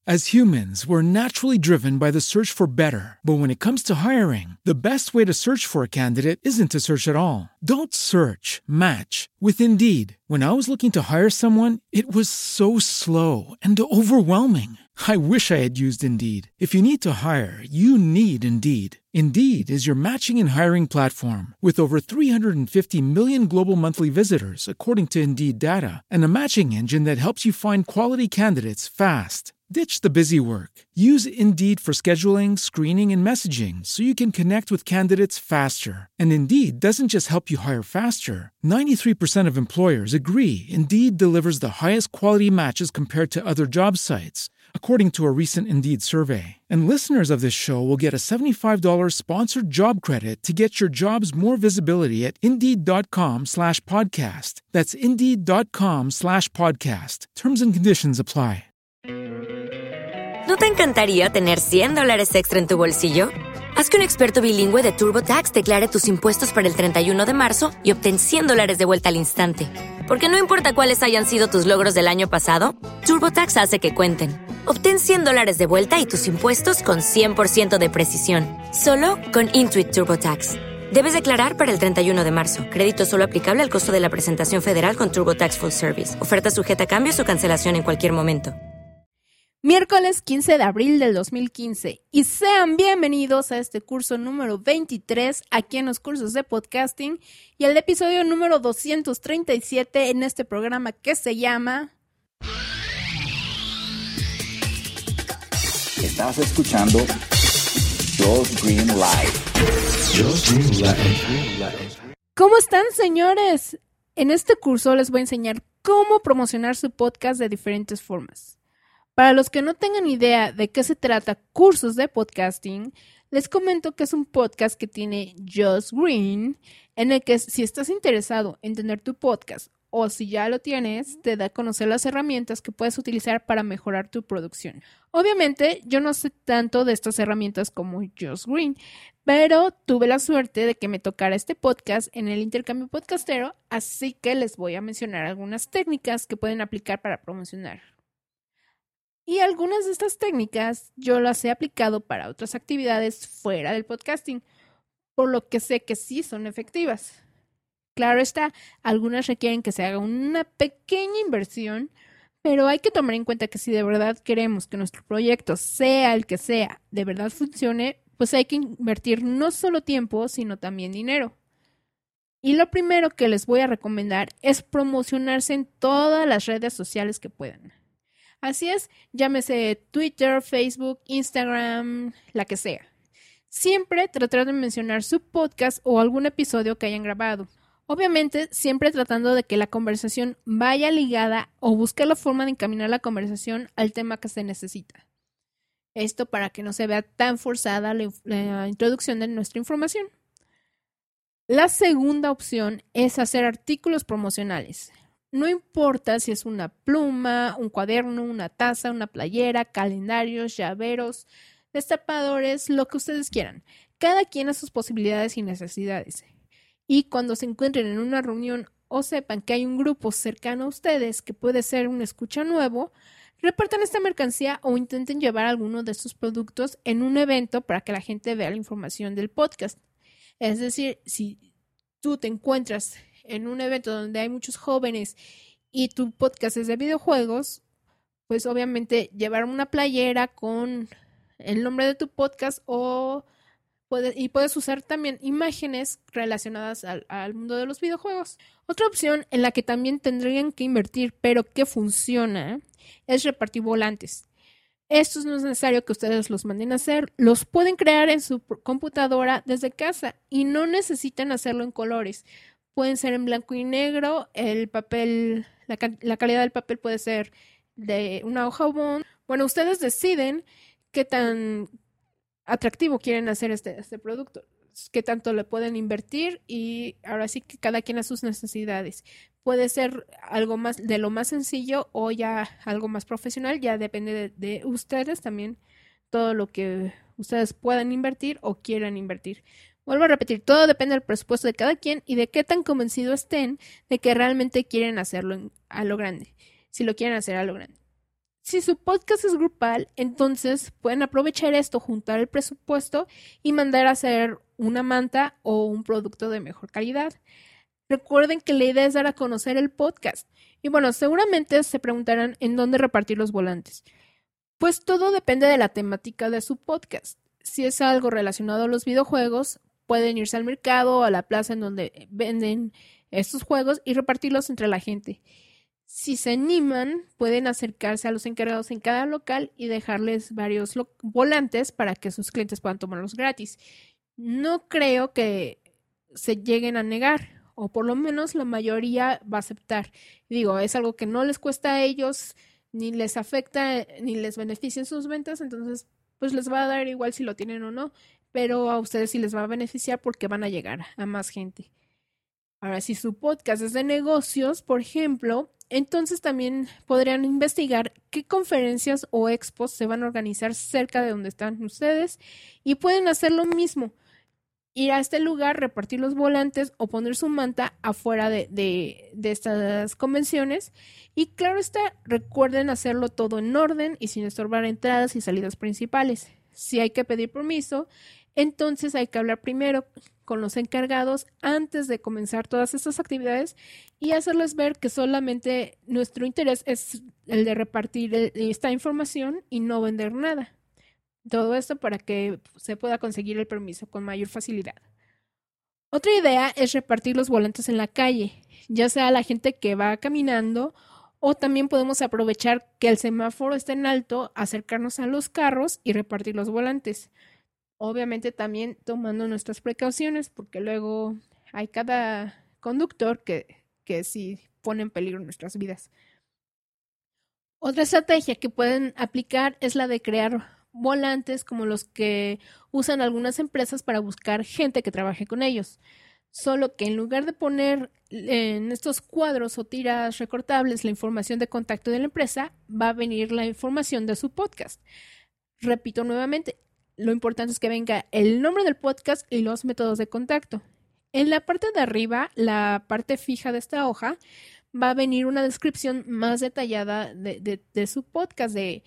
As humans, we're naturally driven by the search for better. But when it comes to hiring, the best way to search for a candidate isn't to search at all. Don't search, match with Indeed. When I was looking to hire someone, it was so slow and overwhelming. I wish I had used Indeed. If you need to hire, you need Indeed. Indeed is your matching and hiring platform with over 350 million global monthly visitors, according to Indeed data, and a matching engine that helps you find quality candidates fast. Ditch the busy work. Use Indeed for scheduling, screening, and messaging so you can connect with candidates faster. And Indeed doesn't just help you hire faster. 93% of employers agree Indeed delivers the highest quality matches compared to other job sites, according to a recent Indeed survey. And listeners of this show will get a $75 sponsored job credit to get your jobs more visibility at Indeed.com/podcast. That's Indeed.com/podcast. Terms and conditions apply. ¿No te encantaría tener $100 extra en tu bolsillo? Haz que un experto bilingüe de TurboTax declare tus impuestos para el 31 de marzo y obtén $100 de vuelta al instante. Porque no importa cuáles hayan sido tus logros del año pasado, TurboTax hace que cuenten. Obtén $100 de vuelta y tus impuestos con 100% de precisión. Solo con Intuit TurboTax. Debes declarar para el 31 de marzo. Crédito solo aplicable al costo de la presentación federal con TurboTax Full Service. Oferta sujeta a cambios o cancelación en cualquier momento. Miércoles 15 de abril del 2015 y sean bienvenidos a este curso número 23 aquí en los cursos de podcasting y el episodio número 237 en este programa que se llama... Estás escuchando Josh Green Live. Josh Green Live. ¿Cómo están, señores? En este curso les voy a enseñar cómo promocionar su podcast de diferentes formas. Para los que no tengan idea de qué se trata Cursos de Podcasting, les comento que es un podcast que tiene Josh Green, en el que si estás interesado en tener tu podcast o si ya lo tienes, te da a conocer las herramientas que puedes utilizar para mejorar tu producción. Obviamente, yo no sé tanto de estas herramientas como Josh Green, pero tuve la suerte de que me tocara este podcast en el intercambio podcastero, así que les voy a mencionar algunas técnicas que pueden aplicar para promocionar. Y algunas de estas técnicas yo las he aplicado para otras actividades fuera del podcasting, por lo que sé que sí son efectivas. Claro está, algunas requieren que se haga una pequeña inversión, pero hay que tomar en cuenta que si de verdad queremos que nuestro proyecto, sea el que sea, de verdad funcione, pues hay que invertir no solo tiempo, sino también dinero. Y lo primero que les voy a recomendar es promocionarse en todas las redes sociales que puedan. Así es, llámese Twitter, Facebook, Instagram, la que sea. Siempre tratar de mencionar su podcast o algún episodio que hayan grabado. Obviamente, siempre tratando de que la conversación vaya ligada o buscar la forma de encaminar la conversación al tema que se necesita. Esto para que no se vea tan forzada la introducción de nuestra información. La segunda opción es hacer artículos promocionales. No importa si es una pluma, un cuaderno, una taza, una playera, calendarios, llaveros, destapadores, lo que ustedes quieran. Cada quien a sus posibilidades y necesidades. Y cuando se encuentren en una reunión o sepan que hay un grupo cercano a ustedes que puede ser un escucha nuevo, repartan esta mercancía o intenten llevar alguno de estos productos en un evento para que la gente vea la información del podcast. Es decir, si tú te encuentras en un evento donde hay muchos jóvenes y tu podcast es de videojuegos, pues obviamente llevar una playera con el nombre de tu podcast puedes usar también imágenes relacionadas al mundo de los videojuegos. Otra opción en la que también tendrían que invertir, pero que funciona, es repartir volantes. Esto no es necesario que ustedes los manden a hacer, los pueden crear en su computadora desde casa y no necesitan hacerlo en colores. Pueden ser en blanco y negro, el papel, la calidad del papel puede ser de una hoja bond. Bueno, ustedes deciden qué tan atractivo quieren hacer este producto, qué tanto le pueden invertir y ahora sí que cada quien a sus necesidades. Puede ser algo más de lo más sencillo o ya algo más profesional, ya depende de ustedes también, todo lo que ustedes puedan invertir o quieran invertir. Vuelvo a repetir, todo depende del presupuesto de cada quien y de qué tan convencidos estén de que realmente quieren hacerlo a lo grande, si lo quieren hacer a lo grande. Si su podcast es grupal, entonces pueden aprovechar esto, juntar el presupuesto y mandar a hacer una manta o un producto de mejor calidad. Recuerden que la idea es dar a conocer el podcast. Y bueno, seguramente se preguntarán en dónde repartir los volantes. Pues todo depende de la temática de su podcast. Si es algo relacionado a los videojuegos, pueden irse al mercado o a la plaza en donde venden estos juegos y repartirlos entre la gente. Si se animan, pueden acercarse a los encargados en cada local y dejarles varios volantes para que sus clientes puedan tomarlos gratis. No creo que se lleguen a negar, o por lo menos la mayoría va a aceptar. Digo, es algo que no les cuesta a ellos, ni les afecta, ni les beneficia en sus ventas, entonces pues les va a dar igual si lo tienen o no, pero a ustedes sí les va a beneficiar porque van a llegar a más gente. Ahora, si su podcast es de negocios, por ejemplo, entonces también podrían investigar qué conferencias o expos se van a organizar cerca de donde están ustedes y pueden hacer lo mismo. Ir a este lugar, repartir los volantes o poner su manta afuera de estas convenciones. Y claro está, recuerden hacerlo todo en orden y sin estorbar entradas y salidas principales. Si hay que pedir permiso, entonces hay que hablar primero con los encargados antes de comenzar todas estas actividades y hacerles ver que solamente nuestro interés es el de repartir esta información y no vender nada. Todo esto para que se pueda conseguir el permiso con mayor facilidad. Otra idea es repartir los volantes en la calle, ya sea a la gente que va caminando o también podemos aprovechar que el semáforo está en alto, acercarnos a los carros y repartir los volantes. Obviamente también tomando nuestras precauciones porque luego hay cada conductor que sí pone en peligro nuestras vidas. Otra estrategia que pueden aplicar es la de crear volantes como los que usan algunas empresas para buscar gente que trabaje con ellos. Solo que en lugar de poner en estos cuadros o tiras recortables la información de contacto de la empresa, va a venir la información de su podcast. Repito nuevamente, lo importante es que venga el nombre del podcast y los métodos de contacto. En la parte de arriba, la parte fija de esta hoja, va a venir una descripción más detallada de su podcast, de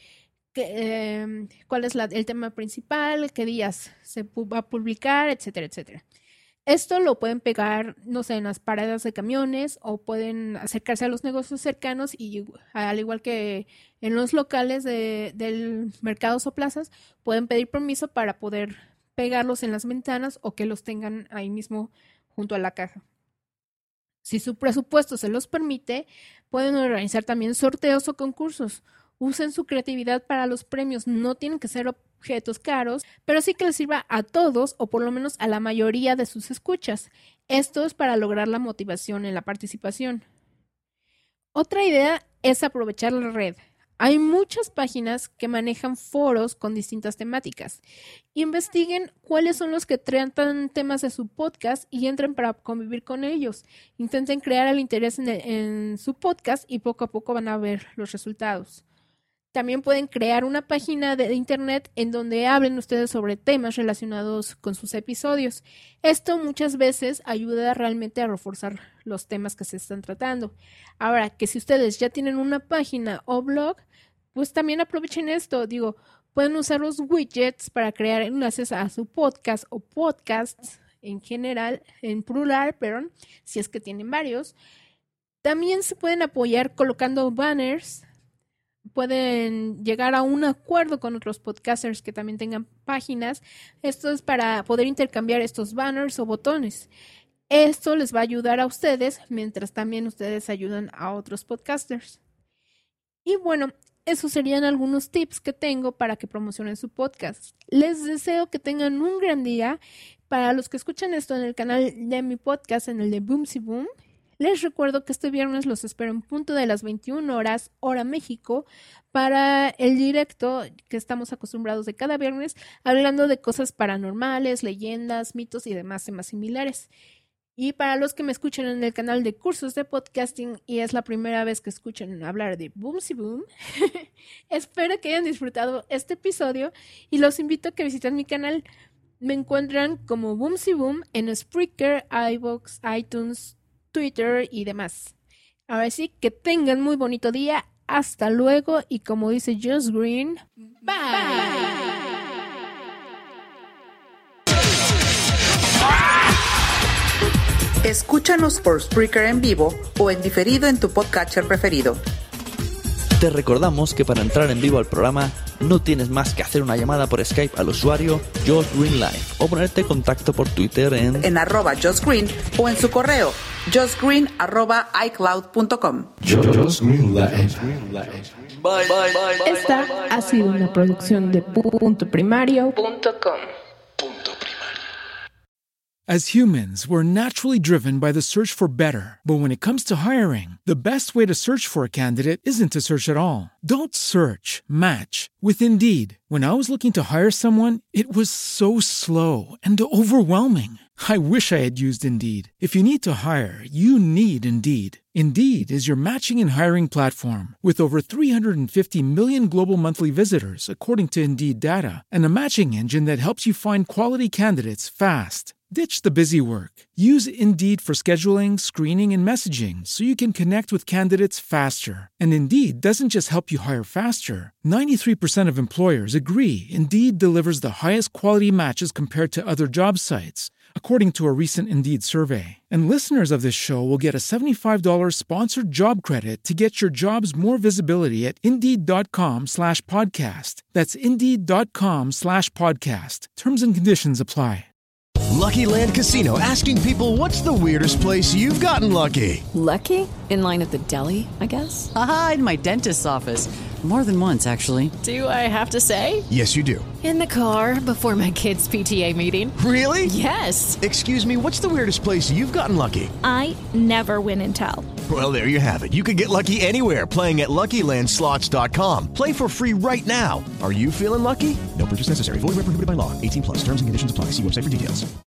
cuál es el tema principal, qué días se va a publicar, etcétera, etcétera. Esto lo pueden pegar, no sé, en las paradas de camiones o pueden acercarse a los negocios cercanos y al igual que en los locales del mercados o plazas, pueden pedir permiso para poder pegarlos en las ventanas o que los tengan ahí mismo junto a la caja. Si su presupuesto se los permite, pueden organizar también sorteos o concursos. Usen su creatividad para los premios, no tienen que ser objetos caros, pero sí que les sirva a todos o por lo menos a la mayoría de sus escuchas. Esto es para lograr la motivación en la participación. Otra idea es aprovechar la red. Hay muchas páginas que manejan foros con distintas temáticas. Investiguen cuáles son los que tratan temas de su podcast y entren para convivir con ellos. Intenten crear el interés en su podcast y poco a poco van a ver los resultados. También pueden crear una página de internet en donde hablen ustedes sobre temas relacionados con sus episodios. Esto muchas veces ayuda realmente a reforzar los temas que se están tratando. Ahora, que si ustedes ya tienen una página o blog, pues también aprovechen esto. Pueden usar los widgets para crear enlaces a su podcast o podcasts en general, en plural, si es que tienen varios. También se pueden apoyar colocando banners. Pueden llegar a un acuerdo con otros podcasters que también tengan páginas. Esto es para poder intercambiar estos banners o botones. Esto les va a ayudar a ustedes mientras también ustedes ayudan a otros podcasters. Y bueno, esos serían algunos tips que tengo para que promocionen su podcast. Les deseo que tengan un gran día. Para los que escuchan esto en el canal de mi podcast, en el de Boomsy Boom, les recuerdo que este viernes los espero en punto de las 21 horas, hora México, para el directo que estamos acostumbrados de cada viernes, hablando de cosas paranormales, leyendas, mitos y demás temas similares. Y para los que me escuchan en el canal de cursos de podcasting y es la primera vez que escuchan hablar de Boomsy Boom, espero que hayan disfrutado este episodio y los invito a que visiten mi canal. Me encuentran como Boomsy Boom en Spreaker, iVoox, iTunes, Twitter y demás. Ahora sí, que tengan muy bonito día. hasta luego y como dice Josh Green, bye. Escúchanos por Spreaker en vivo o en diferido en tu podcatcher preferido. Te recordamos que para entrar en vivo al programa no tienes más que hacer una llamada por Skype al usuario Josh Green Live o ponerte en contacto por Twitter en @JoshGreen o en su correo joshgreen@icloud.com. Esta ha sido una producción de puntoprimario.com. As humans, we're naturally driven by the search for better. But when it comes to hiring, the best way to search for a candidate isn't to search at all. Don't search, match with Indeed. When I was looking to hire someone, it was so slow and overwhelming. I wish I had used Indeed. If you need to hire, you need Indeed. Indeed is your matching and hiring platform with over 350 million global monthly visitors, according to Indeed data, and a matching engine that helps you find quality candidates fast. Ditch the busy work. Use Indeed for scheduling, screening, and messaging so you can connect with candidates faster. And Indeed doesn't just help you hire faster. 93% of employers agree Indeed delivers the highest quality matches compared to other job sites, according to a recent Indeed survey. And listeners of this show will get a $75 sponsored job credit to get your jobs more visibility at Indeed.com/podcast. That's Indeed.com/podcast. Terms and conditions apply. Lucky Land Casino, asking people, what's the weirdest place you've gotten lucky? Lucky? In line at the deli, I guess? Aha, in my dentist's office. More than once, actually. Do I have to say? Yes, you do. In the car before my kids' PTA meeting. Really? Yes. Excuse me, what's the weirdest place you've gotten lucky? I never win and tell. Well, there you have it. You can get lucky anywhere, playing at LuckyLandSlots.com. Play for free right now. Are you feeling lucky? No purchase necessary. Void where prohibited by law. 18+. Terms and conditions apply. See website for details.